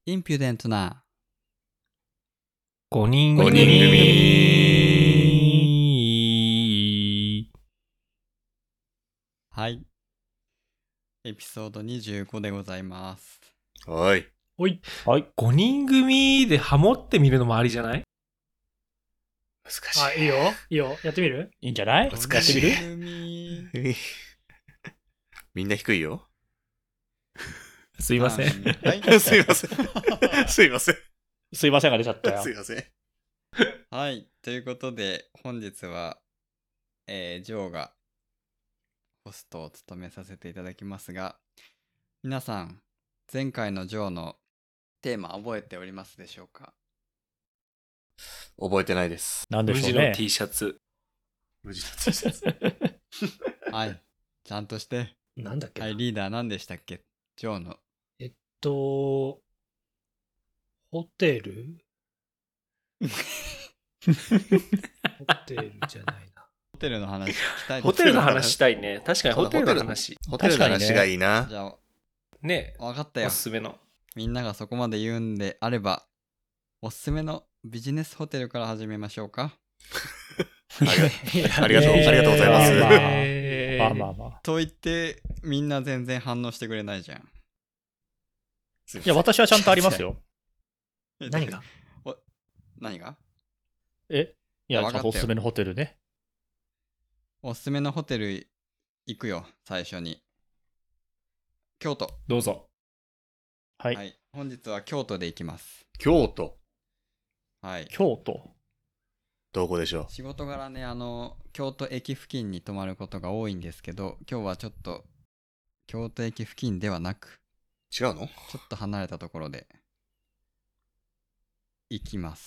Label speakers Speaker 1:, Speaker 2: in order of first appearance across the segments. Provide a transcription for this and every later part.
Speaker 1: インピュデントな
Speaker 2: 5人
Speaker 3: 5人組。
Speaker 1: はい。エピソード25でございます。
Speaker 3: はい。
Speaker 4: おい。
Speaker 2: はい。5人組でハモってみるのもありじゃない？
Speaker 3: 難しい。
Speaker 4: あ、いいよ。いいよ。やってみる？
Speaker 5: いいんじゃない？
Speaker 3: 難しい。
Speaker 5: やってみる？
Speaker 1: 組
Speaker 3: みんな低いよ。
Speaker 2: すいません。
Speaker 1: はい。
Speaker 3: すいません。すいません。
Speaker 5: すいませんが出ちゃったよ
Speaker 3: す。いません。
Speaker 1: はい。ということで、本日は、ジョーがホストを務めさせていただきますが、皆さん、前回のジョーのテーマ覚えておりますでしょうか？
Speaker 3: 覚えてないです。
Speaker 5: なんで
Speaker 2: 無地の
Speaker 5: しょうね。
Speaker 2: T シャツ。
Speaker 3: 無事の T シャツ。
Speaker 1: はい。ちゃんとして。
Speaker 4: なんだっけな。
Speaker 1: はい、リーダー何でしたっけ？ジョーの。
Speaker 4: ホテルホテルじゃないな。
Speaker 1: ホテルの話聞きたいです。
Speaker 2: ホテルの話したいね。確かにホテルの話。
Speaker 3: ホテルの話がいいな。
Speaker 1: じゃあ、
Speaker 2: ね。
Speaker 1: わかったよ
Speaker 2: お。すすめの。
Speaker 1: みんながそこまで言うんであれば、おすすめのビジネスホテルから始めましょうか。
Speaker 3: ありがとうございます
Speaker 5: まあまあまあ。
Speaker 1: と言って、みんな全然反応してくれないじゃん。
Speaker 5: いや、私はちゃんとありますよ。
Speaker 4: 何が？
Speaker 1: 何が？
Speaker 5: えいや、
Speaker 1: わかったよ
Speaker 5: ちゃんとおすすめのホテルね。
Speaker 1: おすすめのホテル行くよ、最初に。京都。
Speaker 2: どうぞ。
Speaker 5: はい。
Speaker 1: はい。本日は京都で行きます。
Speaker 3: 京都。
Speaker 1: はい。
Speaker 5: 京都。
Speaker 3: どこでしょ
Speaker 1: 仕事柄ね、京都駅付近に泊まることが多いんですけど、今日はちょっと、京都駅付近ではなく、
Speaker 3: う？違うの？
Speaker 1: ちょっと離れたところで、行きます。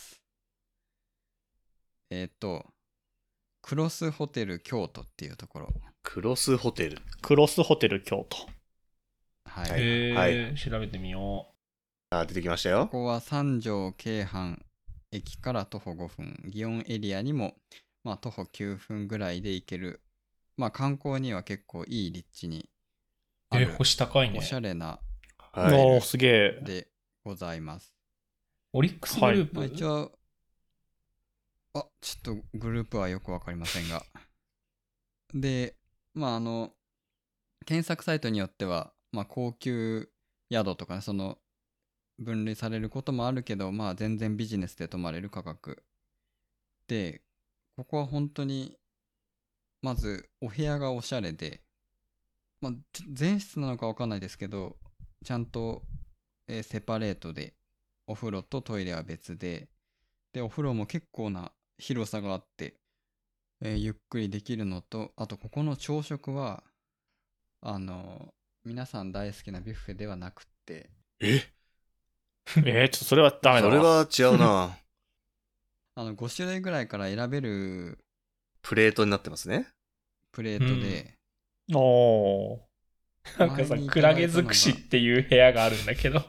Speaker 1: クロスホテル京都っていうところ。
Speaker 3: クロスホテル。
Speaker 5: クロスホテル京都。
Speaker 1: はい。
Speaker 3: はい
Speaker 2: 調べてみよ
Speaker 3: あ、出てきました
Speaker 1: こ
Speaker 3: よ。
Speaker 1: こは三条京阪駅から徒歩5分、祇園エリアにも、まあ、徒歩9分ぐらいで行ける、まあ、観光には結構いい立地に
Speaker 2: う。
Speaker 1: ある、
Speaker 2: 星高いね
Speaker 1: お。しゃれな
Speaker 3: はい。
Speaker 5: おー、すげえ。
Speaker 1: でございます。
Speaker 2: オリックスグループ。
Speaker 1: まあ、一応、ちょっとグループはよくわかりませんが。で、まあ、検索サイトによっては、まあ、高級宿とかね、その、分類されることもあるけど、まあ、全然ビジネスで泊まれる価格。で、ここは本当に、まず、お部屋がおしゃれで、まあ、全室なのかわかんないですけど、ちゃんと、セパレートで、お風呂とトイレは別で、で、お風呂も結構な広さがあって、ゆっくりできるのと、あとここの朝食は、皆さん大好きなビュッフェではなくって、
Speaker 3: え？
Speaker 5: ちょっとそれはダメだ
Speaker 3: それ
Speaker 5: わ。
Speaker 3: は違うな。
Speaker 1: 5種類ぐらいから選べる
Speaker 3: プレートになってますね。
Speaker 1: プレートで、
Speaker 5: おー。
Speaker 2: なんかさ、クラゲ尽くしっていう部屋があるんだけど。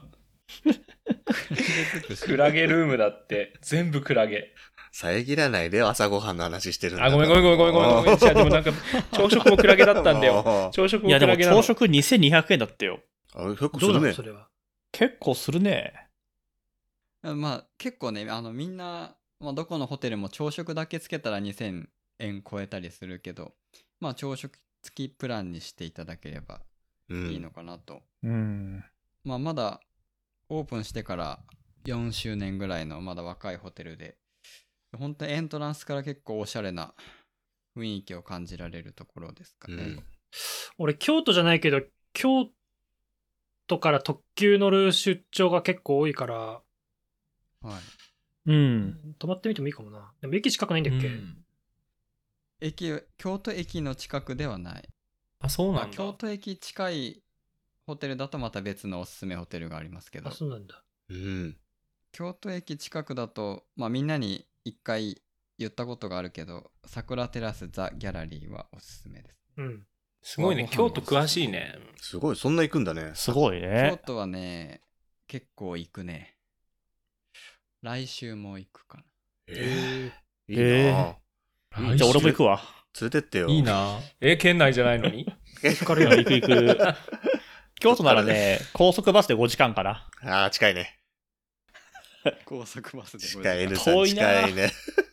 Speaker 2: クラゲルームだって。全部クラゲ。
Speaker 3: 遮らないで朝ごはんの話してるんだから。
Speaker 2: あ、ごめん。違う、でもなんか、朝食もクラゲだったんだよ。
Speaker 3: もう
Speaker 2: 朝食も
Speaker 5: いや、でも
Speaker 2: クラゲなの。
Speaker 5: 朝食2200円だってよ。
Speaker 3: あ、結構す
Speaker 4: どうな
Speaker 3: るね。
Speaker 4: のそれは。
Speaker 5: 結構するね。
Speaker 1: まあ結構ね、みんな、まあ、どこのホテルも朝食だけつけたら2000円超えたりするけど、まあ朝食付きプランにしていただければ
Speaker 3: うん。
Speaker 1: いいのかなと。
Speaker 5: うん。
Speaker 1: まあまだオープンしてから4周年ぐらいのまだ若いホテルで、本当にエントランスから結構おしゃれな雰囲気を感じられるところですかね。
Speaker 3: うん
Speaker 4: 俺、京都じゃないけど、京都から特急乗る出張が結構多いから、
Speaker 1: はい。
Speaker 4: 泊まってみてもいいかもな。でも駅近くないんだっけ？
Speaker 1: 京都駅の近くではない。
Speaker 2: あ、そう
Speaker 1: まあ、
Speaker 2: なんだ。
Speaker 1: 京都駅近いホテルだとまた別のおすすめホテルがありますけど
Speaker 4: あ、、そうなんだ。
Speaker 3: うん。
Speaker 1: 京都駅近くだと、まあみんなに一回言ったことがあるけど、桜テラスザ・ギャラリーはおすすめです。
Speaker 4: うん。
Speaker 2: すごいね。
Speaker 1: ご飯
Speaker 2: 京都詳しいね。
Speaker 3: すごい、そんな行くんだね。
Speaker 5: すごい
Speaker 1: 京
Speaker 5: ね。
Speaker 1: 都はね、結構行くね。来週も行くかな。
Speaker 3: いいな。
Speaker 5: じゃあ俺も行くわ。
Speaker 3: 連れてってよ。
Speaker 2: いいな。県内じゃないのに
Speaker 5: 行く。京都ならね、高速バスで5時間かな。
Speaker 3: ああ、近いね。
Speaker 1: 高速バスで5時間。
Speaker 3: 近い N さん
Speaker 5: 遠いな
Speaker 3: 近いね。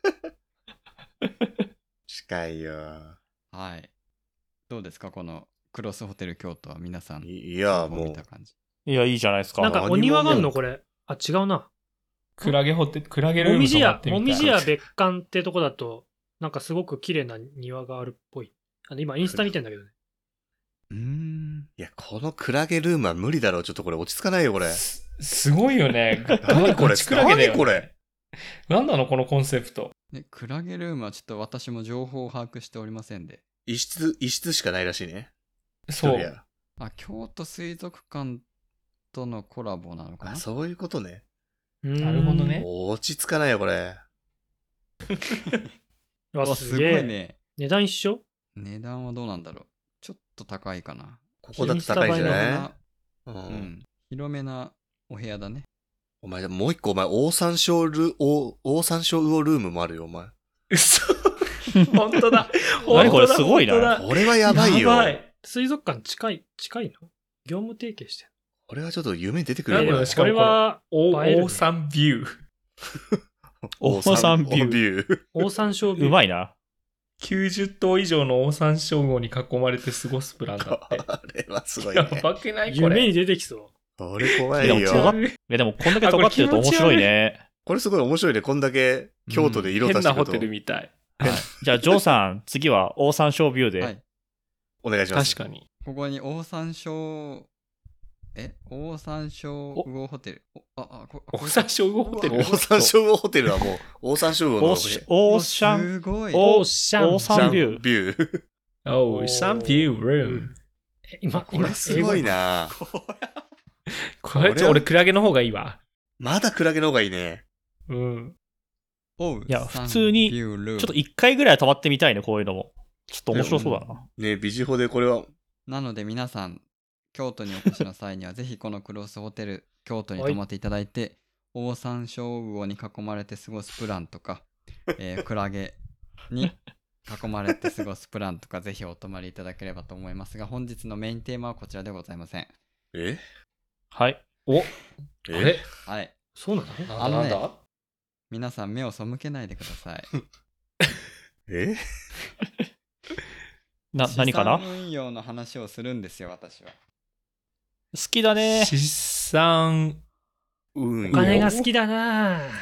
Speaker 3: 近いよ。
Speaker 1: はい。どうですかこのクロスホテル京都は皆さん。
Speaker 3: いや、
Speaker 1: 情報
Speaker 3: もう
Speaker 1: 見た感じ。
Speaker 5: いや、いいじゃないですか。
Speaker 4: なんかお庭があるのこれ。あ、違うな。
Speaker 2: クラゲルーム泊まってみたい。
Speaker 4: もみじや別館ってとこだと、なんかすごく綺麗な庭があるっぽい。今インスタ見てんだけどね。
Speaker 3: いや、このクラゲルームは無理だろう。ちょっとこれ落ち着かないよ、これ。
Speaker 2: すごいよね。
Speaker 3: 何これ
Speaker 2: ガチクラゲだよ、ね。
Speaker 3: 何これ。
Speaker 2: なんなのこのコンセプト。
Speaker 1: ね、クラゲルームはちょっと私も情報を把握しておりませんで。
Speaker 3: 一室しかないらしいね。
Speaker 2: そう。
Speaker 3: 一部屋
Speaker 1: あ、京都水族館とのコラボなのかな。
Speaker 3: あ、そういうことね。
Speaker 2: なるほどね。
Speaker 3: 落ち着かないよ、これ。
Speaker 4: うわ、
Speaker 1: すご
Speaker 4: すげえ。
Speaker 1: いね。
Speaker 4: 値段一緒？
Speaker 1: 値段はどうなんだろう。ちょっと高いかな。
Speaker 3: ここだと高いんじゃない
Speaker 1: うん。広めなお部屋だね。
Speaker 3: お前、もう一個、オオサンショウオルームもあるよ、お前。
Speaker 2: 嘘。本当だ。
Speaker 5: 何これすごいな
Speaker 2: 本当だ
Speaker 3: これはやばいよ。
Speaker 2: やばい。
Speaker 4: 水族館近いの？業務提携してる。
Speaker 3: これはちょっと夢に出てくるよ、これ
Speaker 2: なんでし。かも
Speaker 4: これは
Speaker 2: オ
Speaker 4: 映えるね
Speaker 2: ーサンビュー。
Speaker 5: オーサンビュー
Speaker 3: ビュー。
Speaker 4: オオサンショウビュー。
Speaker 5: うまいな。
Speaker 2: 90頭以上のオオサンショウウオに囲まれて過ごすプランだって。
Speaker 3: あれはすごい
Speaker 2: や
Speaker 3: ね。
Speaker 2: ばくないこれ。
Speaker 4: 夢に出てきそう。
Speaker 3: これ怖い
Speaker 5: でも尖っ
Speaker 3: よ。
Speaker 5: でもこんだけ尖ってると面白いね。
Speaker 3: これすごい面白いね。こんだけ京都で色足してくると。
Speaker 2: 変なホテルみたい。
Speaker 1: はい。
Speaker 5: じゃあ、ジョーさん、次はオーサンショービューで。
Speaker 1: はい。
Speaker 3: お願いします。
Speaker 2: 確かに。
Speaker 1: ここにオオサンショウウオホテル。
Speaker 2: オオサンショウウオホテル。
Speaker 3: オオサンショウオホテルはもう、オオサンショウオの
Speaker 5: オーシャン、
Speaker 1: すごい。
Speaker 4: オーシャン。
Speaker 5: オーサンビュー。
Speaker 3: ビュー。
Speaker 2: オーサンビュールーム。
Speaker 3: これすごいな。
Speaker 2: これ俺クラゲの方がいいわ。
Speaker 3: まだクラゲの方がいいね。
Speaker 2: うん。
Speaker 5: いや普通にちょっと一回ぐらい泊まってみたいね、こういうのも。ちょっと面白そうだな。
Speaker 3: ね、ビジホでこれは。
Speaker 1: なので皆さん、京都にお越しの際には、ぜひこのクロスホテル、京都に泊まっていただいて、オオサンショウウオに囲まれて過ごすプランとか、クラゲに囲まれて過ごすプランとか、ぜひお泊まりいただければと思いますが、本日のメインテーマはこちらでございません。
Speaker 3: え
Speaker 5: はい。
Speaker 2: おあれ
Speaker 1: はい。
Speaker 4: そうなの？
Speaker 1: あのね
Speaker 2: なんだ
Speaker 1: 皆さん目を背けないでください。
Speaker 3: え
Speaker 5: 何かな？
Speaker 1: 資産運用の話をするんですよ、私は。
Speaker 5: 好きだね。
Speaker 2: 資産、
Speaker 3: うん。
Speaker 4: お金が好きだなぁ。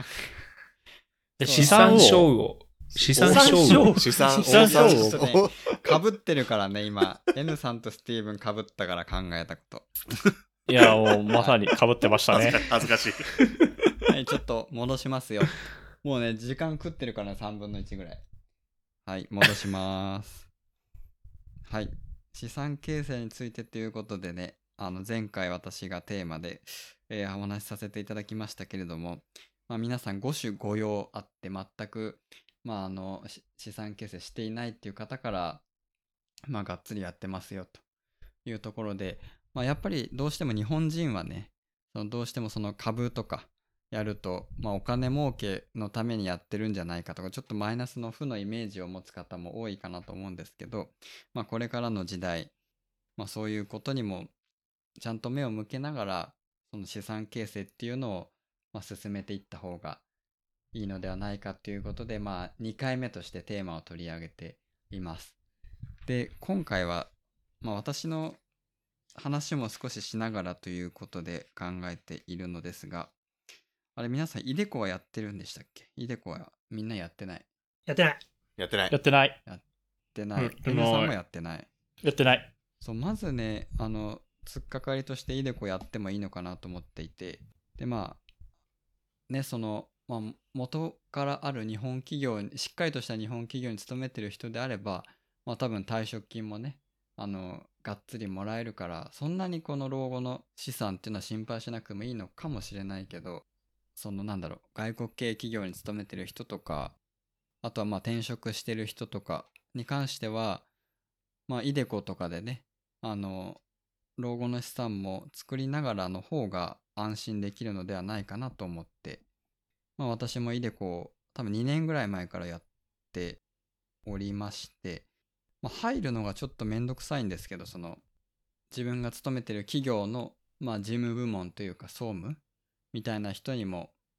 Speaker 2: 資産小魚。資産小魚。
Speaker 3: 資産
Speaker 5: 資産
Speaker 3: 小
Speaker 5: 小
Speaker 3: 魚。
Speaker 1: かぶってるからね、今。N さんとスティーブンかぶったから考えたこと。
Speaker 5: いや、もうまさに被ってましたね。
Speaker 3: 恥ずかしい。
Speaker 1: はい、ちょっと戻しますよ。もうね、時間食ってるから3分の1ぐらい。はい、戻します。はい。資産形成についてということでね、前回私がテーマで、お話しさせていただきましたけれども、皆さん5種5様あって全く、資産形成していないっていう方から、がっつりやってますよというところで、やっぱりどうしても日本人はね、どうしてもその株とかやると、お金儲けのためにやってるんじゃないかとか、ちょっとマイナスの負のイメージを持つ方も多いかなと思うんですけど、これからの時代、そういうことにもちゃんと目を向けながら、その資産形成っていうのを、進めていった方がいいのではないかということで、2回目としてテーマを取り上げています。で、今回は、私の話も少ししながらということで考えているのですが、あれ皆さん、イデコはやってるんでしたっけ？イデコはみんなやってない。
Speaker 4: やってない。
Speaker 3: やってない。
Speaker 5: やってない。
Speaker 1: やってない。
Speaker 2: やってない
Speaker 1: N さんもやってない。
Speaker 5: やってない。
Speaker 1: そう、まずね、突っかかりとしてイデコやってもいいのかなと思っていて、で、ね、元からある日本企業に、しっかりとした日本企業に勤めてる人であれば、多分退職金もね、がっつりもらえるから、そんなにこの老後の資産っていうのは心配しなくてもいいのかもしれないけど、外国系企業に勤めてる人とか、あとは転職してる人とかに関しては、イデコとかでね、老後の資産も作りながらの方が安心できるのではないかなと思って、私もイデコを多分2年ぐらい前からやっておりまして、入るのがちょっとめんどくさいんですけど、自分が勤めてる企業の、事務部門というか総務みたいな人にも、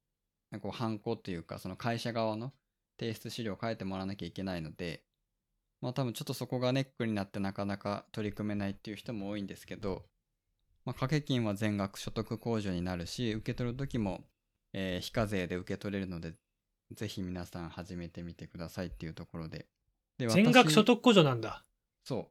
Speaker 1: こうハンコというかその会社側の提出資料を変えてもらわなきゃいけないので、まあ多分ちょっとそこがネックになってなかなか取り組めないっていう人も多いんですけど、まあ、掛け金は全額所得控除になるし、受け取る時も、非課税で受け取れるので、ぜひ皆さん始めてみてくださいっていうところで。で、
Speaker 4: 全額所得控除なんだ。
Speaker 1: そう。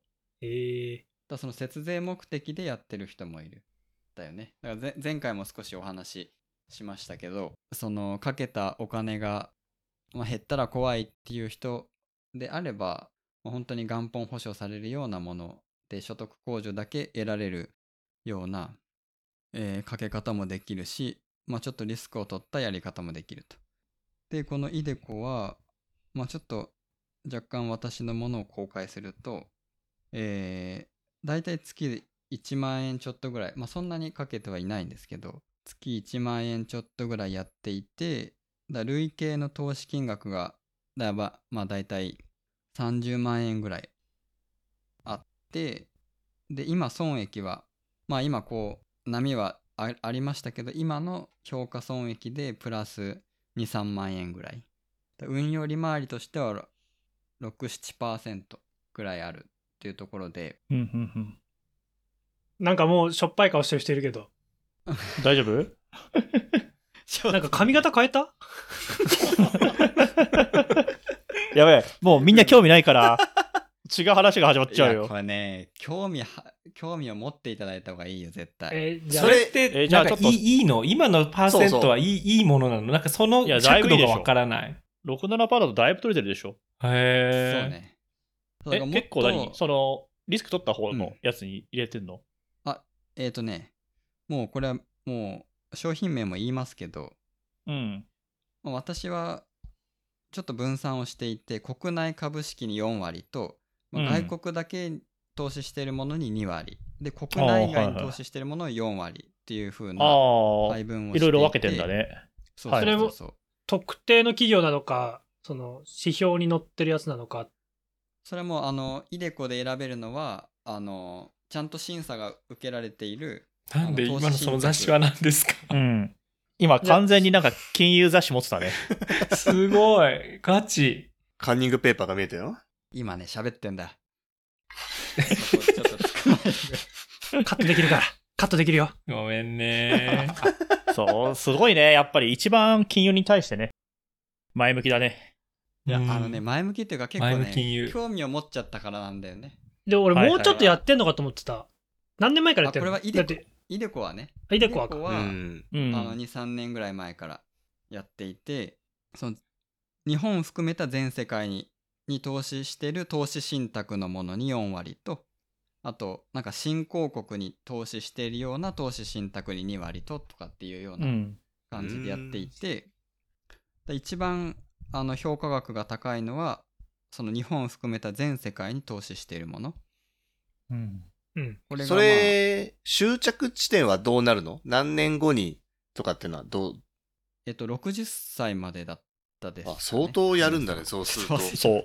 Speaker 1: だその節税目的でやってる人もいる。だよね。だから前回も少しお話ししましたけど、そのかけたお金が、まあ、減ったら怖いっていう人であれば、まあ、本当に元本保証されるようなもので所得控除だけ得られるような、かけ方もできるし、まあ、ちょっとリスクを取ったやり方もできると。で、このiDeCoは、まあ、ちょっと若干私のものを公開すると、だいたい月1万円ちょっとぐらい、まあそんなにかけてはいないんですけど、月1万円ちょっとぐらいやっていて、累計の投資金額がまあだいたい30万円ぐらいあって、で、今損益は、まあ今こう波はありましたけど、今の評価損益でプラス2、3万円ぐらい。運用利回りとしては6、7% ぐらいあるっていうところで、
Speaker 4: なんかもうしょっぱい顔してる人いるけど。
Speaker 5: 大丈夫？
Speaker 4: なんか髪型変えた？
Speaker 5: やべえ、もうみんな興味ないから、違う話が始まっちゃうよ。
Speaker 1: いやこれね、興味を持っていただいた方がいいよ、絶対。
Speaker 4: じゃあ
Speaker 2: それって、
Speaker 5: じゃあちょっと
Speaker 2: なんかいいの？今のパーセントはいいものなの？なんかその
Speaker 5: いやだいぶいいでしょ
Speaker 2: 尺度がわからない。
Speaker 5: 6、7%だとだいぶ取れてるでしょ。
Speaker 2: へ
Speaker 1: そうね。だからもっと
Speaker 5: 結構その、リスク取った方のやつに入れてんの？
Speaker 1: もうこれはもう商品名も言いますけど、
Speaker 5: うん。
Speaker 1: 私はちょっと分散をしていて、国内株式に4割と、外国だけ投資しているものに2割で、国内外に投資しているものに4割っていう風な配分をしていて、
Speaker 5: いろいろ分けてんだね。
Speaker 1: そうそうそう。
Speaker 4: 特定の企業なのか、その指標に載ってるやつなのか。
Speaker 1: それもiDeCoで選べるのはちゃんと審査が受けられている。
Speaker 2: なんで今のその雑誌は何ですか？
Speaker 5: うん。今完全になんか金融雑誌持ってたね。
Speaker 2: すごい。ガチ。
Speaker 3: カンニングペーパーが見えたよ。
Speaker 1: 今ね、喋ってんだ。ちょっと捕まえてくれ。
Speaker 4: カットできるから。カットできるよ。
Speaker 2: ごめんね。
Speaker 5: そう、すごいね。やっぱり一番金融に対してね、前向きだね。
Speaker 1: いや、前向きっていうか結構
Speaker 2: 前向きに言
Speaker 1: ね、
Speaker 2: う
Speaker 1: 興味を持っちゃったからなんだよね。
Speaker 4: で、俺もうちょっとやってんのかと思ってた。何年前からやってんの？
Speaker 1: これは
Speaker 4: だって
Speaker 1: iDeCoはね。
Speaker 4: iDeCoは
Speaker 1: 2、3年ぐらい前からやっていて、その日本を含めた全世界に投資してる投資信託のものに4割と、あとなんか新興国に投資しているような投資信託に2割とかっていうような感じでやっていて、一番評価額が高いのはその日本を含めた全世界に投資しているもの。これが、
Speaker 3: それ、終着地点はどうなるの？何年後にとかっていうのはどう
Speaker 1: ？60歳までだったです、ね。
Speaker 3: 相当やるんだね、そうすると。
Speaker 5: そう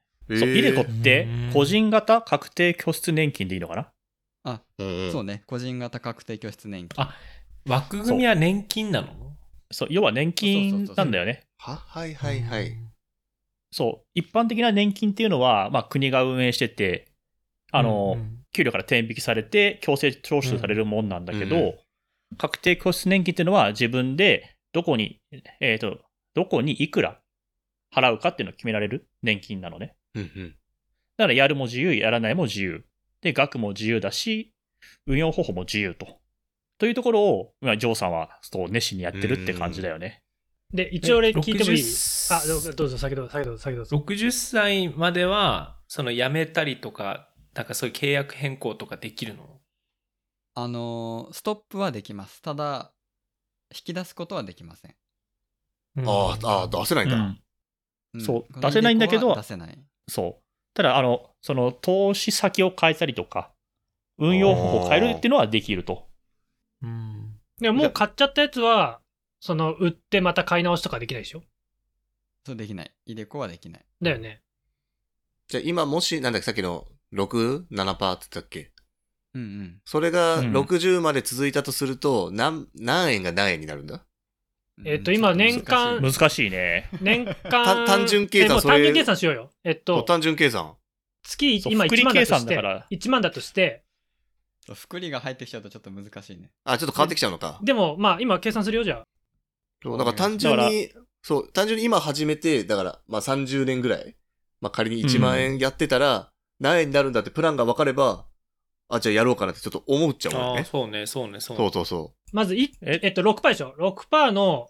Speaker 5: 。iDeCoって個人型確定拠出年金でいいのかな？
Speaker 1: そうね。個人型確定拠出年金。
Speaker 2: 枠組みは年金なの？
Speaker 5: そう、要は年金なんだよね。
Speaker 3: はいはいはい。
Speaker 5: そう、一般的な年金っていうのは、まあ国が運営してて、給料から転引きされて強制徴収されるもんなんだけど、確定拠出年金っていうのは自分でどこにいくら払うかっていうのを決められる年金なのね。だからやるも自由、やらないも自由。で、額も自由だし、運用方法も自由と。というところを、ジョーさんはそう熱心にやってるって感じだよね。
Speaker 4: で、一応俺聞いてもいい？どうぞ、先どうぞ。
Speaker 2: 60歳までは、その辞めたりとか、なんかそういう契約変更とかできるの？
Speaker 1: ストップはできます。ただ、引き出すことはできません。
Speaker 3: 出せないんだ。
Speaker 5: そう、出せないんだけど、
Speaker 1: 出せない。
Speaker 5: そう。ただ、その投資先を変えたりとか、運用方法を変えるっていうのはできると。
Speaker 4: でももう買っちゃったやつは、売ってまた買い直しとかできないでしょ？
Speaker 1: そうできない。iDeCoはできない。
Speaker 4: だよね。
Speaker 3: じゃあ今もし、なんだっけ、さっきの6、7%って言ったっけ？
Speaker 1: うん。
Speaker 3: それが60まで続いたとすると、何円が何円になるんだ？
Speaker 4: 今年間
Speaker 5: 難しいね。
Speaker 4: 年間
Speaker 3: 単純計算それ
Speaker 4: もう単純計算しようよ。
Speaker 3: 単純計算。
Speaker 4: 月今1
Speaker 5: そう複利計
Speaker 4: 万だとして
Speaker 5: 算だから
Speaker 4: 1万だとして
Speaker 1: 福利が入ってきちゃうとちょっと難しいね。
Speaker 3: あ、ちょっと変わってきちゃうのか。
Speaker 4: でもまあ今計算するよじゃあ。
Speaker 3: そうだから単純に、そう、単純に今始めて、だから、まあ30年ぐらい、まあ仮に1万円やってたら、何円になるんだってプランが分かれば、あ、じゃあやろうかなってちょっと思っちゃうもん
Speaker 2: ああ、
Speaker 3: ね。
Speaker 2: そうね、そうね、そうね。
Speaker 3: そうそうそ
Speaker 4: まず6%でしょ。6%の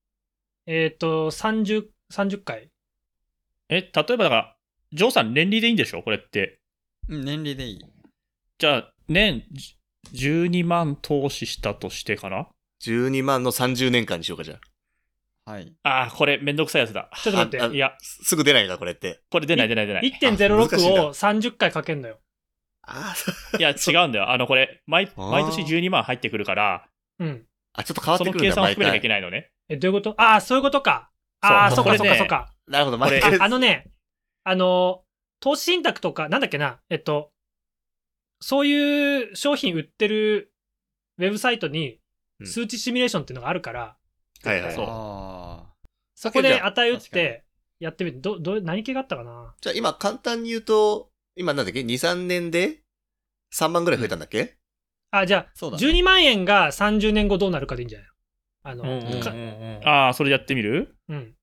Speaker 4: 30回。
Speaker 5: 例えばだから、ジョーさん年利でいいんでしょこれって。
Speaker 1: 年利でいい。
Speaker 5: じゃあ、年12万投資したとしてかな。
Speaker 3: う。12万の30年間にしようか、じゃ
Speaker 1: はい。
Speaker 5: ああ、これめんどくさいやつだ。
Speaker 4: ちょっと待って。
Speaker 5: いや、
Speaker 3: あ。すぐ出ないのか、これって。
Speaker 5: これ出ない。
Speaker 3: 難しい
Speaker 4: 1.06
Speaker 3: な
Speaker 4: を30回かけんのよ。
Speaker 3: あ
Speaker 5: いや、違うんだよ。これ、毎年12万入ってくるから、
Speaker 4: うん。
Speaker 3: あ、ちょっと変わっ
Speaker 5: その
Speaker 3: てくるんだ、
Speaker 5: 計算を含めなきゃいけ
Speaker 3: ない。
Speaker 5: ないのね。
Speaker 4: どういうこと？ああ、そういうことか。ああ、
Speaker 5: そ
Speaker 4: そうっか
Speaker 5: これね
Speaker 4: そっかそっか。
Speaker 3: なるほど、
Speaker 5: これ
Speaker 3: 毎回。
Speaker 4: ね、投資信託とか、なんだっけな、そういう商品売ってるウェブサイトに
Speaker 3: うん
Speaker 4: 数値シミュレーションっていうのがあるから、
Speaker 3: はいはい。
Speaker 5: そう
Speaker 1: あ
Speaker 4: そこで
Speaker 3: じゃあ
Speaker 4: 値打っ
Speaker 1: 確かに
Speaker 4: てやってみる。何系があったかな？
Speaker 3: じゃあ今簡単に言うと、今なんだっけ ?2、3年で3万ぐらい増えたんだっけ、
Speaker 4: あ、じゃあ、
Speaker 1: そうだね
Speaker 4: 12万円が30年後どうなるかでいいんじゃないの？
Speaker 2: うんうんうん
Speaker 4: か
Speaker 2: うん。
Speaker 5: ああ、それやってみる
Speaker 4: うん。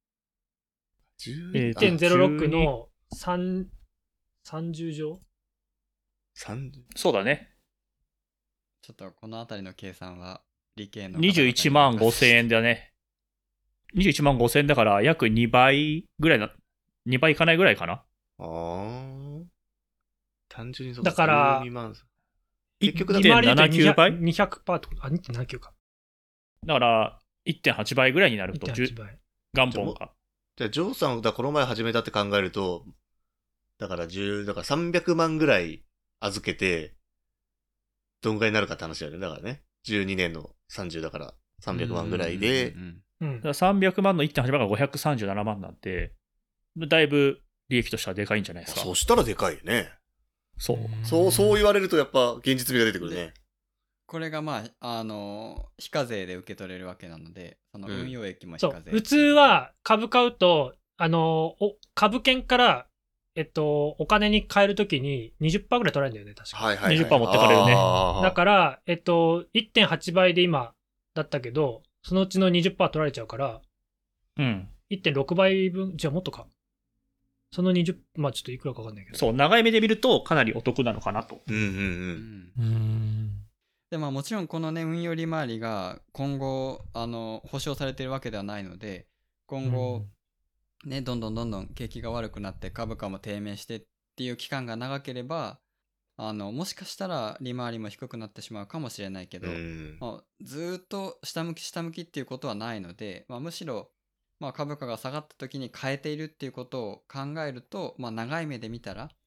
Speaker 3: 10
Speaker 4: 1.06の30乗
Speaker 3: 30
Speaker 5: そうだね。
Speaker 1: ちょっとこのあたりの計算は理系の方々に
Speaker 5: 21万5千円だね。21万5千円だから約2倍ぐらい2倍いかないぐらいかな。
Speaker 3: あー。単純にそう
Speaker 4: だから
Speaker 3: 12万。
Speaker 5: 結
Speaker 3: 結局だ
Speaker 4: 利回りで
Speaker 5: 1.79倍
Speaker 4: 200%ってこと？あ、2.79か。
Speaker 5: だから1.8倍ぐらいになると、
Speaker 4: 1.8倍。
Speaker 5: 元本が。
Speaker 3: じゃあ、ジョーさんがこの前始めたって考えると、だから300万ぐらい預けて、どんぐらいになるかって話だよね。だからね。12年の30だから300万ぐらいで
Speaker 1: うん、うんうん
Speaker 4: うん
Speaker 5: だから300万の 1.8 倍が537万なんて、だいぶ利益としてはでかいんじゃないですか。
Speaker 3: そしたらでかいよね。
Speaker 5: そう。
Speaker 3: そう言われるとやっぱ現実味が出てくるね。
Speaker 1: これがまあ非課税で受け取れるわけなので、その運用益も非課税。
Speaker 4: そう普通は株買うと株券からお金に換えるときに 20% ぐらい取られるんだよね、確か。
Speaker 3: はいはい、はい。
Speaker 5: 20%持ってかれるね
Speaker 3: あー
Speaker 4: だから1.8 倍で今だったけど、そのうちの 20% 取られちゃうから
Speaker 5: うん。
Speaker 4: 1.6 倍分、じゃあもっとか。その20、まあちょっといくらかわかんないけど。
Speaker 5: そう、長い目で見るとかなりお得なのかなと。
Speaker 3: うんうんう。
Speaker 1: うんんでまあもちろんこのね運用利回りが今後保証されているわけではないので、今後、ね、どんどん景気が悪くなって株価も低迷してっていう期間が長ければもしかしたら利回りも低くなってしまうかもしれないけど、
Speaker 3: うん
Speaker 1: まあずーっと下向きっていうことはないので、まあ、むしろ、まあ、株価が下がった時に変えているっていうことを考えると、まあ、長い目で見たら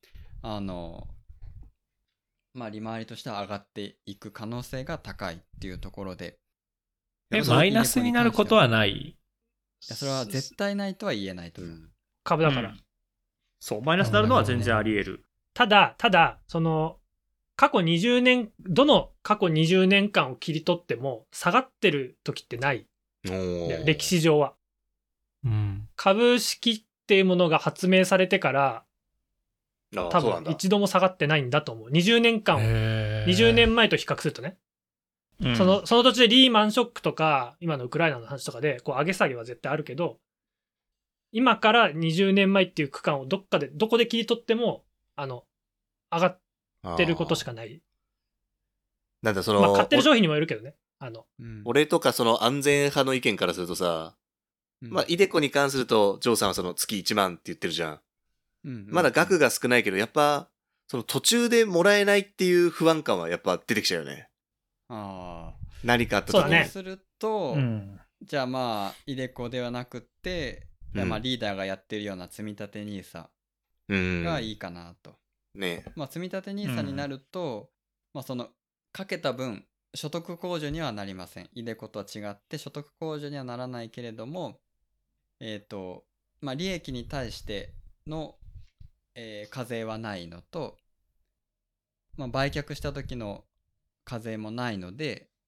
Speaker 1: まあ、利回りとしては上がっていく可能性が高いっていうところで、
Speaker 2: マイナスになることはない。
Speaker 1: いやそれは絶対ないとは言えないと思う。
Speaker 4: 株だから。
Speaker 5: うんそう、マイナスになるのは全然あり得る。
Speaker 4: ただ、その、過去20年、どの過去20年間を切り取っても、下がってる時ってない。
Speaker 3: おー
Speaker 4: 歴史上は。
Speaker 2: うん。
Speaker 4: 株式っていうものが発明されてから、多分
Speaker 3: あそうなんだ
Speaker 4: 一度も下がってないんだと思う。20年間を、20
Speaker 2: 20
Speaker 4: 年前と比較するとね。
Speaker 5: うん
Speaker 4: その土地でリーマンショックとか、今のウクライナの話とかで、こう上げ下げは絶対あるけど、今から20年前っていう区間をどこで切り取っても、上がってることしかない。
Speaker 3: なんだその、
Speaker 4: まあ、買ってる商品にもよるけどね。
Speaker 1: うん
Speaker 3: 俺とかその安全派の意見からするとさ、まあ、イデコに関すると、ジョーさんはその月1万って言ってるじゃん。まだ額が少ないけど、やっぱ、その途中でもらえないっていう不安感はやっぱ出てきちゃうよね。
Speaker 1: あ
Speaker 3: 何かあった時に。
Speaker 4: そうだね
Speaker 1: そうすると、
Speaker 5: うん。
Speaker 1: じゃあまあイデコではなくって、いやまあ
Speaker 3: うん
Speaker 1: リーダーがやってるような積み立て NISA
Speaker 3: うん。
Speaker 1: がいいかなと。
Speaker 3: ね
Speaker 1: まあ積み立て NISA になると、まあそのかけた分所得控除にはなりません。イデコとは違って所得控除にはならないけれども、まあ利益に対しての、課税はないのと、まあ、売却した時の課税もないので、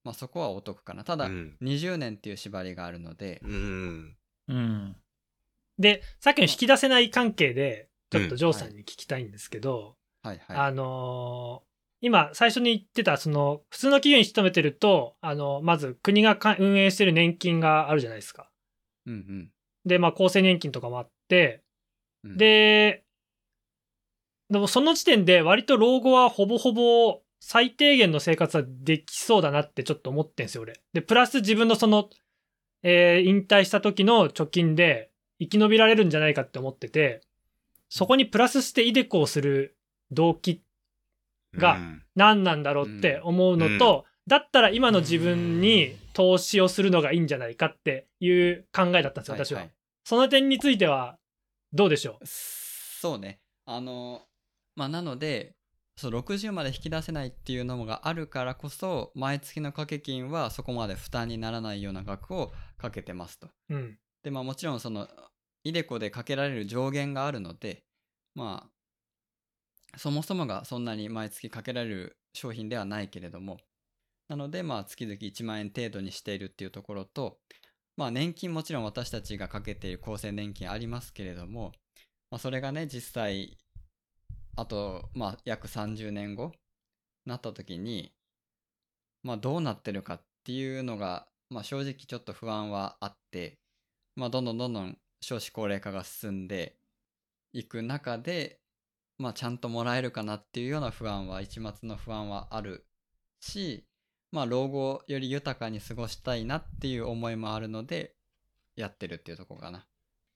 Speaker 1: まあそこはお得かな。ただ、
Speaker 3: うん
Speaker 1: 20年っていう縛りがあるので、
Speaker 3: うん。
Speaker 5: うん。
Speaker 4: で、さっきの引き出せない関係で、ちょっとジョーさんに聞きたいんですけど、
Speaker 1: はいはい。
Speaker 4: 今、最初に言ってた、普通の企業に勤めてると、まず国が運営してる年金があるじゃないですか。
Speaker 1: うんうん。
Speaker 4: で、まあ、厚生年金とかもあって、
Speaker 1: うん、
Speaker 4: でもその時点で割と老後はほぼほぼ最低限の生活はできそうだなってちょっと思ってんですよ、俺。で、プラス自分の引退した時の貯金で生き延びられるんじゃないかって思ってて、そこにプラスしてイデコをする動機が何なんだろうって思うのと、だったら今の自分に投資をするのがいいんじゃないかっていう考えだったんですよ、私は。その点についてはどうでしょう？
Speaker 1: そうね。まあなので、60まで引き出せないっていうのがあるからこそ、毎月の掛け金はそこまで負担にならないような額をかけてますと。
Speaker 4: うん。
Speaker 1: で、まあもちろんイデコでかけられる上限があるので、まあ、そもそもがそんなに毎月かけられる商品ではないけれども、なので、まあ月々1万円程度にしているっていうところと、まあ年金もちろん私たちがかけている厚生年金ありますけれども、まあそれがね、実際、あと、まあ約30年後なった時に、まあどうなってるかっていうのが、まあ正直ちょっと不安はあって、まあどんどん少子高齢化が進んでいく中で、まあちゃんともらえるかなっていうような不安は、一末の不安はあるし、まあ老後より豊かに過ごしたいなっていう思いもあるので、やってるっていうところかな。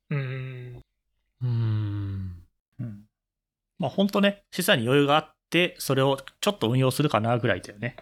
Speaker 5: まあ本当ね、資産に余裕があって、それをちょっと運用するかなぐらいだよね。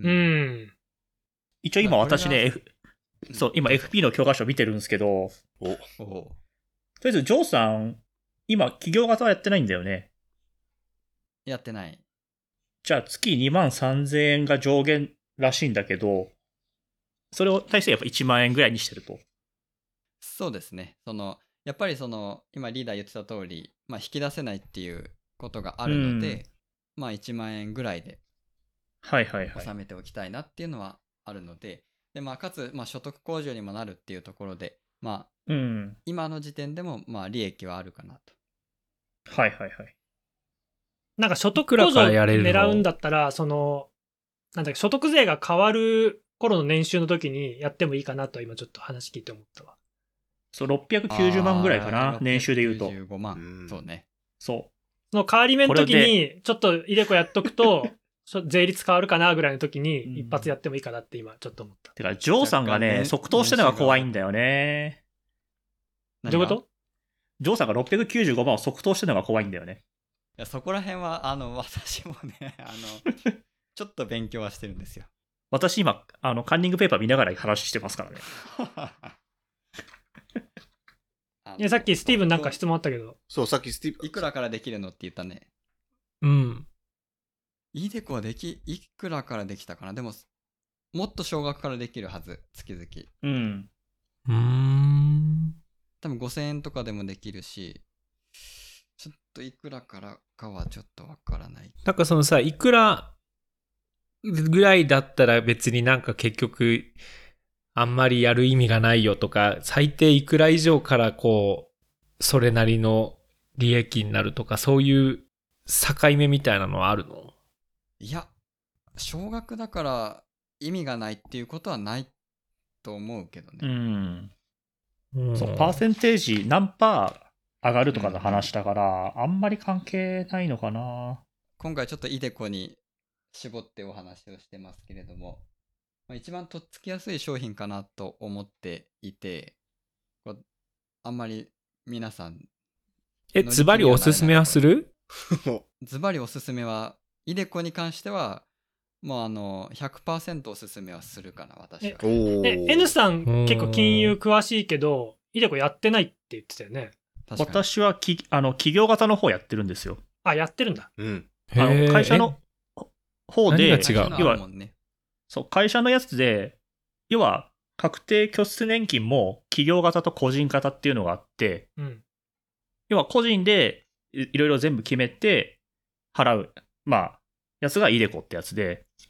Speaker 5: 一応今私ね、今 FP の教科書見てるんですけど、とりあえずジョーさん、今企業型はやってないんだよね。
Speaker 1: やってない。
Speaker 5: じゃあ月23,000円が上限らしいんだけど、それを対してやっぱ1万円ぐらいにしてると。
Speaker 1: そうですね。やっぱり今リーダー言ってた通り、まあ引き出せないっていうことがあるので、まあ1万円ぐらいで収めておきたいなっていうのはあるので、でまあかつ、まあ、所得控除にもなるっていうところで、まあ、今の時点でもまあ利益はあるかなと。
Speaker 4: なんか所得控除を狙うんだったら、なんだっけ、所得税が変わる頃の年収の時にやってもいいかなと今ちょっと話聞いて思ったわ。
Speaker 5: そう、690万ぐらいかな、年収で言うと。
Speaker 1: 695万。そうね。
Speaker 5: そう。
Speaker 4: その変わり目の時に、ちょっとイデコやっとくと、税率変わるかなぐらいの時に、一発やってもいいかなって今ちょっと思った。
Speaker 5: てか、ジョーさんがね、即答してるのが怖いんだよね。
Speaker 4: どういうこと？
Speaker 5: ジョーさんが695万を即答してるのが怖いんだよね。
Speaker 1: いや、そこら辺は、私もね、ちょっと勉強はしてるんですよ。
Speaker 5: 私今、カンニングペーパー見ながら話してますからね。
Speaker 4: いや、さっきスティーブンなんか質問あったけど。
Speaker 3: そう、さっきスティーブン。
Speaker 1: いくらからできるのって言ったね。イデコはいくらからできたかな。でも、もっと少額からできるはず、月々。多分5000円とかでもできるし、ちょっといくらからかはちょっとわからない。
Speaker 2: なんかさ、いくらぐらいだったら別になんか結局、あんまりやる意味がないよとか、最低いくら以上からそれなりの利益になるとか、そういう境目みたいなのはあるの？
Speaker 1: いや、少額だから意味がないっていうことはないと思うけどね。
Speaker 5: そう、パーセンテージ何パー上がるとかの話だから、あんまり関係ないのかな。
Speaker 1: 今回ちょっとイデコに絞ってお話をしてますけれども、一番とっつきやすい商品かなと思っていて、あんまり皆さん
Speaker 2: ズバリおすすめはする？
Speaker 1: ズバリおすすめは、イデコに関してはもう100% おすすめはするかな、私は。
Speaker 4: N さん結構金融詳しいけど、イデコやってないって言ってたよね。
Speaker 5: 私は企業型の方やってるんですよ。
Speaker 4: あ、やってるんだ。
Speaker 5: 会社の方で、
Speaker 2: 何が違う？
Speaker 5: 要はそう、会社のやつで、要は確定拠出年金も企業型と個人型っていうのがあって、要は個人でいろいろ全部決めて払う、まあ、やつがイデコってやつで、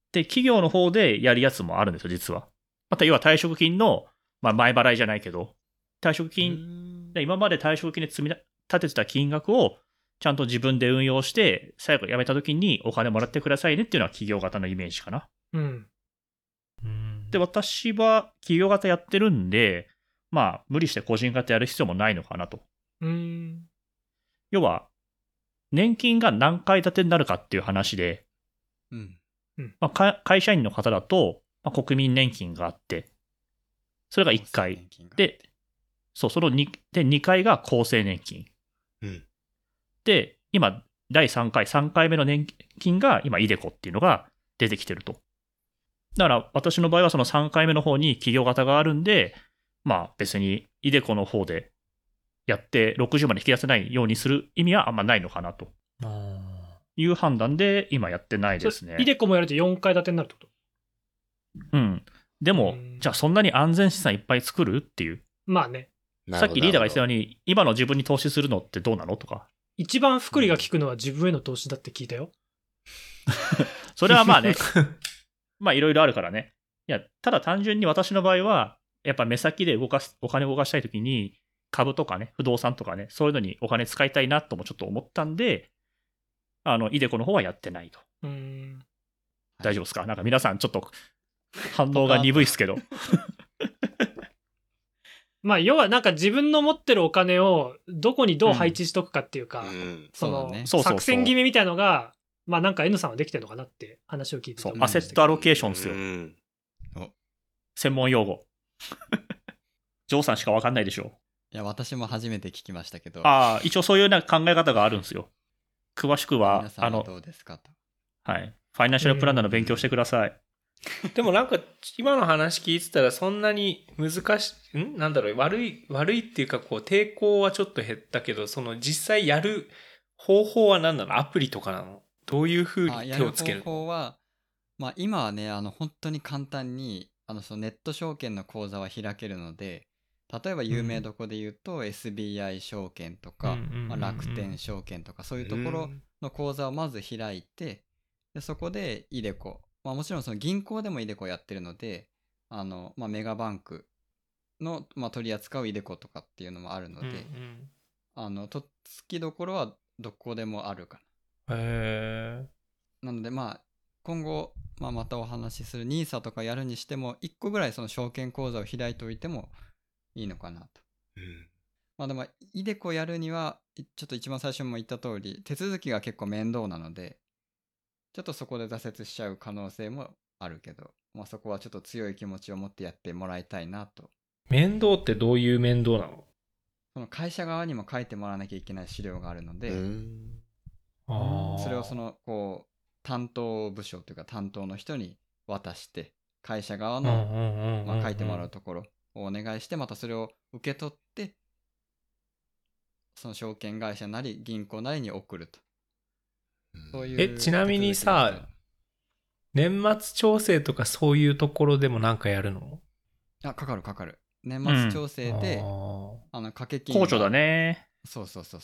Speaker 5: で、企業の方でやるやつもあるんですよ、実は。また、要は退職金の、まあ、前払いじゃないけど、退職金、今まで退職金で積み立ててた金額を、ちゃんと自分で運用して、最後辞めた時にお金もらってくださいねっていうのは企業型のイメージかな。
Speaker 4: うん。
Speaker 5: で、私は企業型やってるんで、まあ、無理して個人型やる必要もないのかなと。要は、年金が何階建てになるかっていう話で、まあ、会社員の方だと、まあ、国民年金があって、それが1階。で、そう、その 2階が厚生年金。で、今、第3回目の年金が今、イデコっていうのが出てきてると。だから、私の場合はその3回目の方に企業型があるんで、まあ別にイデコの方でやって60まで引き出せないようにする意味はあんまないのかなという判断で今やってないですね。
Speaker 4: イデコもやると4階建てになるってこと？
Speaker 5: うん。でも、じゃあそんなに安全資産いっぱい作るっていう。
Speaker 4: まあね。
Speaker 5: さっきリーダーが言ってたように、今の自分に投資するのってどうなのとか。
Speaker 4: 一番福利が効くのは自分への投資だって聞いたよ。
Speaker 5: それはまあね、まあいろいろあるからね。いや、ただ単純に私の場合は、やっぱ目先でお金を動かしたいときに、株とかね、不動産とかね、そういうのにお金使いたいなともちょっと思ったんで、イデコの方はやってないと。大丈夫ですか？なんか皆さんちょっと反応が鈍いですけど。
Speaker 4: まあ要はなんか自分の持ってるお金をどこにどう配置しとくかっていうか、その作戦決めみたいのが、まあなんか N さんはできてるのかなって話を聞いてた。
Speaker 5: そう、アセットアロケーションですよ。専門用語。ジョーさんしか分かんないでしょ。
Speaker 1: いや、私も初めて聞きましたけど。
Speaker 5: 一応そういう考え方があるんですよ。詳しくは、
Speaker 1: 皆さんはどうですかと。
Speaker 5: はい。ファイナンシャルプランナーの勉強してください。
Speaker 2: でもなんか、今の話聞いてたらそんなになんだろう、悪いっていうか、こう、抵抗はちょっと減ったけど、その実際やる方法は何なの？アプリとかなの？どういうふうに手をつけるの？
Speaker 1: 方法は、まあ今はね、本当に簡単に、そのネット証券の口座は開けるので、例えば有名どこで言うと、SBI 証券とか、楽天証券とかそういうところの口座をまず開いて、でそこでイデコ、まあ、もちろんその銀行でもイデコやってるので、まあ、メガバンクの、まあ、取り扱うイデコとかっていうのもあるので、とっつきどころはどこでもあるかな。なのでまあ今後、まあ、またお話しする NISA とかやるにしても1個ぐらいその証券口座を開いておいてもいいのかなと。まあでもイデコやるにはちょっと一番最初も言った通り手続きが結構面倒なので、ちょっとそこで挫折しちゃう可能性もあるけど、まあ、そこはちょっと強い気持ちを持ってやってもらいたいなと。
Speaker 2: 面倒ってどういう面倒なの？
Speaker 1: その会社側にも書いてもらわなきゃいけない資料があるので、それをそのこう担当部署というか担当の人に渡して、会社側のまあ書いてもらうところをお願いして、またそれを受け取ってその証券会社なり銀行なりに送ると。そういう
Speaker 2: ちなみにさ、年末調整とかそういうところでもなんかやるの？
Speaker 1: かかる。年末調整で、掛け金
Speaker 5: 控除だね。
Speaker 1: そう。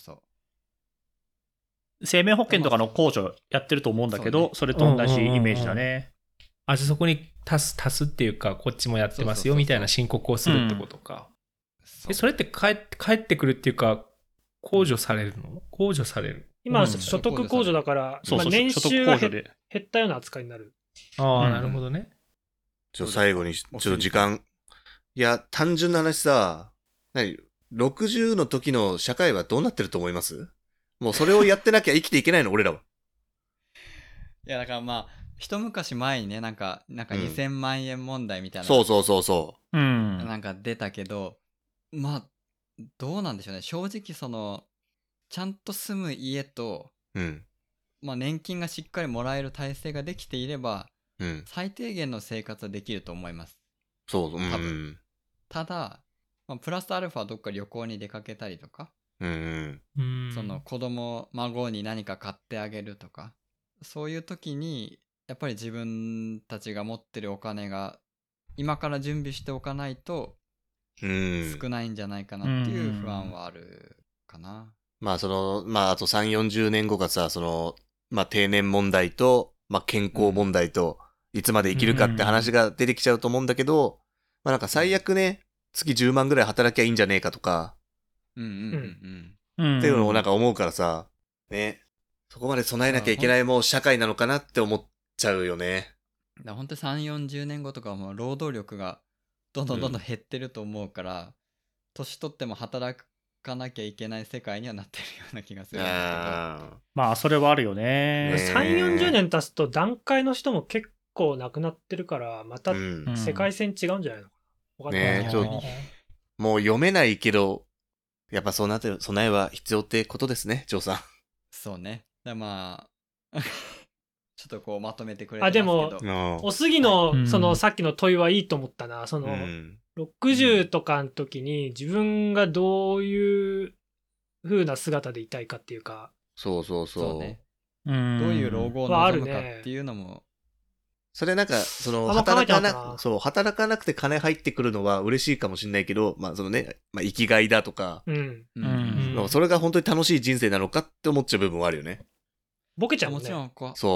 Speaker 5: 生命保険とかの控除やってると思うんだけど、それと同じイメージだね。
Speaker 2: じゃあそこに足すっていうか、こっちもやってますよみたいな申告をするってことか。それって返ってくるっていうか、控除されるの？控除される。
Speaker 4: 今は所得控除だから、年収が減ったような扱いになる。
Speaker 2: なるほどね。
Speaker 3: 最後にちょっと時間。いや、単純な話さ、60の時の社会はどうなってると思います？もうそれをやってなきゃ生きていけないの、俺らは。
Speaker 1: いや、だからまあ、一昔前にね、なんか2000万円問題みたいな。
Speaker 3: そう。
Speaker 1: なんか出たけど、まあ、どうなんでしょうね。正直ちゃんと住む家と、まあ年金がしっかりもらえる体制ができていれば、最低限の生活はできると思います。多分。ただ、まあ、プラスアルファどっか旅行に出かけたりとか、その孫に何か買ってあげるとか、そういう時にやっぱり自分たちが持ってるお金が今から準備しておかないと少ないんじゃないかなっていう不安はあるかな。
Speaker 3: まああと3、40年後がさ、まあ定年問題と、まあ健康問題と、 いつまで生きるかって話が出てきちゃうと思うんだけど、まあなんか最悪ね、月10万ぐらい働きゃいいんじゃねえかとか、っていうのをなんか思うからさ、ね、そこまで備えなきゃいけないもう社会なのかなって思っちゃうよね。
Speaker 1: だ本当に3、40年後とかはもう労働力がどんどん減ってると思うから、年取っても働かなきゃいけない世界にはなってるような気がするんだけど。
Speaker 5: まあそれはあるよね。
Speaker 4: 3、40年経つと段階の人も結構なくなってるから、また世界線違うんじゃないのかな。
Speaker 3: ねえ、もう読めないけど、やっぱそうなってる備えは必要ってことですね、ジョーさん。
Speaker 1: そうね。まあちょっとこうまとめてくれてますけど。
Speaker 4: でもおすぎのそのさっきの問いはいいと思ったな。その60とかの時に自分がどういう風な姿でいたいかっていうか。
Speaker 3: そう
Speaker 1: ね。どういう老後を望むかっていうのも。
Speaker 3: それなんか、その、働かなくて金入ってくるのは嬉しいかもしれないけど、まあそのね、まあ生きがいだとか、それが本当に楽しい人生なのかって思っちゃう部分はあるよね。
Speaker 4: ボケちゃうもんね。
Speaker 1: もちろん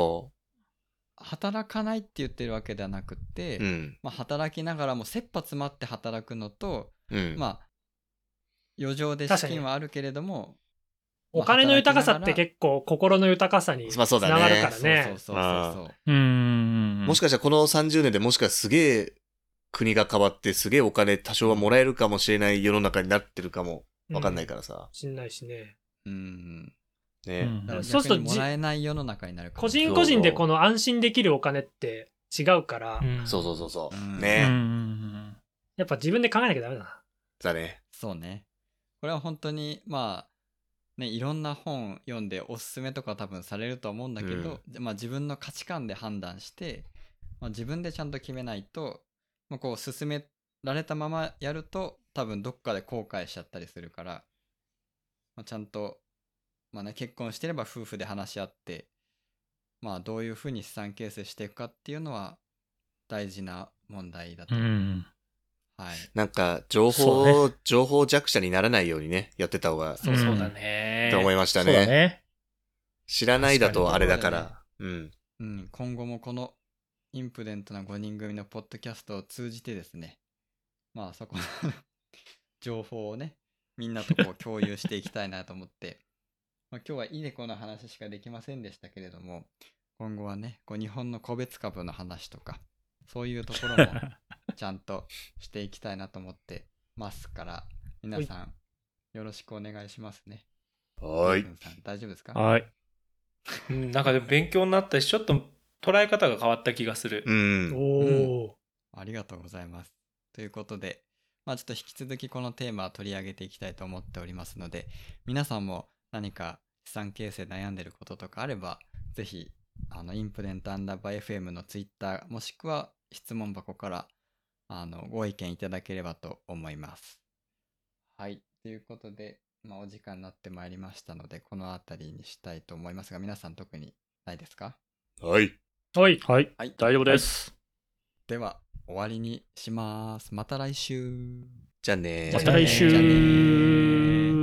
Speaker 1: 働かないって言ってるわけではなくて、まあ働きながらも切羽詰まって働くのと、まあ余剰で資金はあるけれども、
Speaker 4: お金の豊かさって結構心の豊かさにつながるからね。
Speaker 3: もしかしたらこの30年でもしかすげえ国が変わってすげえお金多少はもらえるかもしれない世の中になってるかもわかんないからさ。
Speaker 4: しんないしね。
Speaker 3: ね。
Speaker 4: そうすると
Speaker 1: もらえない世の中になるかも。
Speaker 4: 個人個人でこの安心できるお金って違うから。
Speaker 3: そうね。
Speaker 4: やっぱ自分で考えなきゃダメだな。
Speaker 3: だね。
Speaker 1: そうね。これは本当にまあね、いろんな本読んでおすすめとか多分されると思うんだけど、まあ自分の価値観で判断して、まあ、自分でちゃんと決めないと、まあ、こう進められたままやると多分どっかで後悔しちゃったりするから、まあ、ちゃんと、まあね、結婚してれば夫婦で話し合って、まあどういうふうに資産形成していくかっていうのは大事な問題だと思う。はい、
Speaker 3: なんか情報弱者にならないようにねやってた方が
Speaker 2: そうだね
Speaker 3: と思いましたね。知らないだとあれだから、
Speaker 1: 今後もこのインプデントな5人組のポッドキャストを通じてですね、まあそこの情報をねみんなとこう共有していきたいなと思って、まあ、今日はいいねこの話しかできませんでしたけれども、今後はねこう日本の個別株の話とかそういうところもちゃんとしていきたいなと思ってますから、皆さんよろしくお願いしますね。
Speaker 3: はい。
Speaker 1: 大丈夫ですか？
Speaker 2: はい。なんかでも勉強になったし、ちょっと捉え方が変わった気がする。
Speaker 1: ありがとうございます。ということで、まあちょっと引き続きこのテーマを取り上げていきたいと思っておりますので、皆さんも何か資産形成悩んでることとかあれば、ぜひインプデント_FM のツイッターもしくは質問箱からご意見いただければと思います。はい。ということで、まあお時間になってまいりましたので、この辺りにしたいと思いますが、皆さん特にないですか？
Speaker 3: はい。
Speaker 5: はい。大丈夫です。
Speaker 1: では、終わりにします。また来週。
Speaker 3: じゃあね。
Speaker 5: また来週。